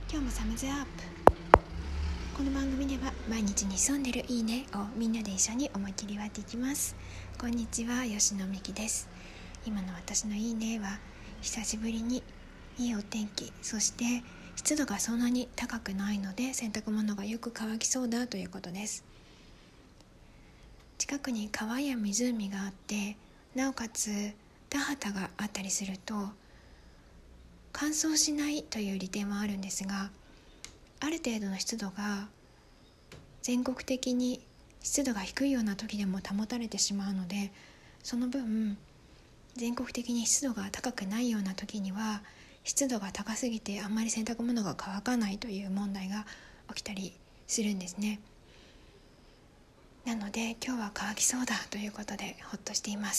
今日もサムズアップ。この番組では毎日に潜んでるいいねをみんなで一緒に思い切り割っていきます。こんにちは、吉野美希です。今の私のいいねは久しぶりにいいお天気、そして湿度がそんなに高くないので洗濯物がよく乾きそうだということです。近くに川や湖があって、なおかつ田畑があったりすると乾燥しないという利点はあるんですが、ある程度の湿度が全国的に湿度が低いような時でも保たれてしまうので、その分全国的に湿度が高くないような時には湿度が高すぎてあんまり洗濯物が乾かないという問題が起きたりするんですね。なので今日は乾きそうだということでほっとしています。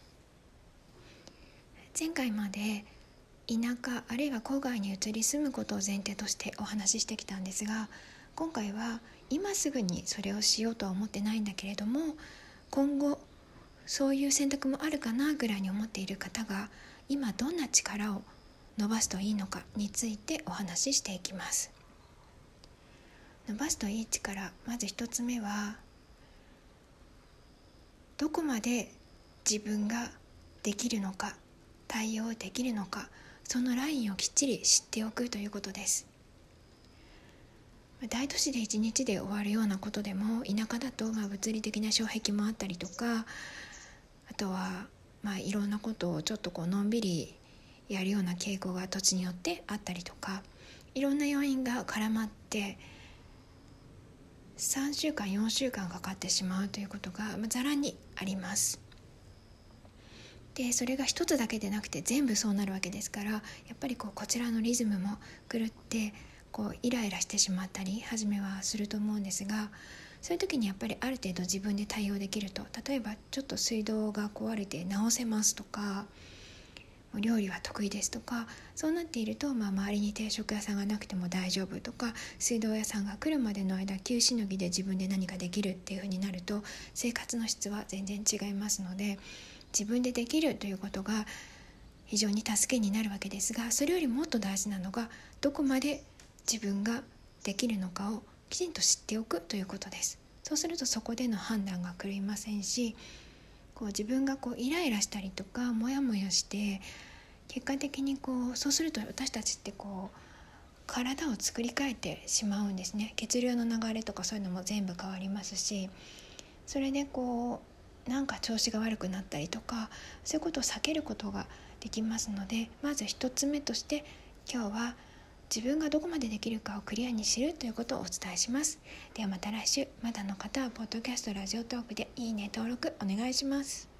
前回まで田舎あるいは郊外に移り住むことを前提としてお話ししてきたんですが、今回は今すぐにそれをしようとは思ってないんだけれども、今後そういう選択もあるかなぐらいに思っている方が今どんな力を伸ばすといいのかについてお話ししていきます。伸ばすといい力、まず一つ目は、どこまで自分ができるのか、対応できるのか、そのラインをきっちり知っておくということです。大都市で1日で終わるようなことでも、田舎だと物理的な障壁もあったりとか、あとはいろんなことをちょっとのんびりやるような傾向が土地によってあったりとか、いろんな要因が絡まって3週間4週間かかってしまうということがざらにあります。でそれが一つだけでなくて全部そうなるわけですから、やっぱりこちらのリズムも狂ってイライラしてしまったり初めはすると思うんですが、そういう時にやっぱりある程度自分で対応できると、例えばちょっと水道が壊れて直せますとか、料理は得意ですとか、そうなっていると周りに定食屋さんがなくても大丈夫とか、水道屋さんが来るまでの間急しのぎで自分で何かできるっていう風になると、生活の質は全然違いますので、自分でできるということが非常に助けになるわけですが、それよりもっと大事なのが、どこまで自分ができるのかをきちんと知っておくということです。そうするとそこでの判断が狂いませんし、自分がイライラしたりとかモヤモヤして、結果的にそうすると私たちって体を作り変えてしまうんですね。血流の流れとかそういうのも全部変わりますし、それでなんか調子が悪くなったりとか、そういうことを避けることができますので、まず一つ目として今日は自分がどこまでできるかをクリアに知るということをお伝えします。ではまた来週。まだの方はポッドキャストラジオトークでいいね登録お願いします。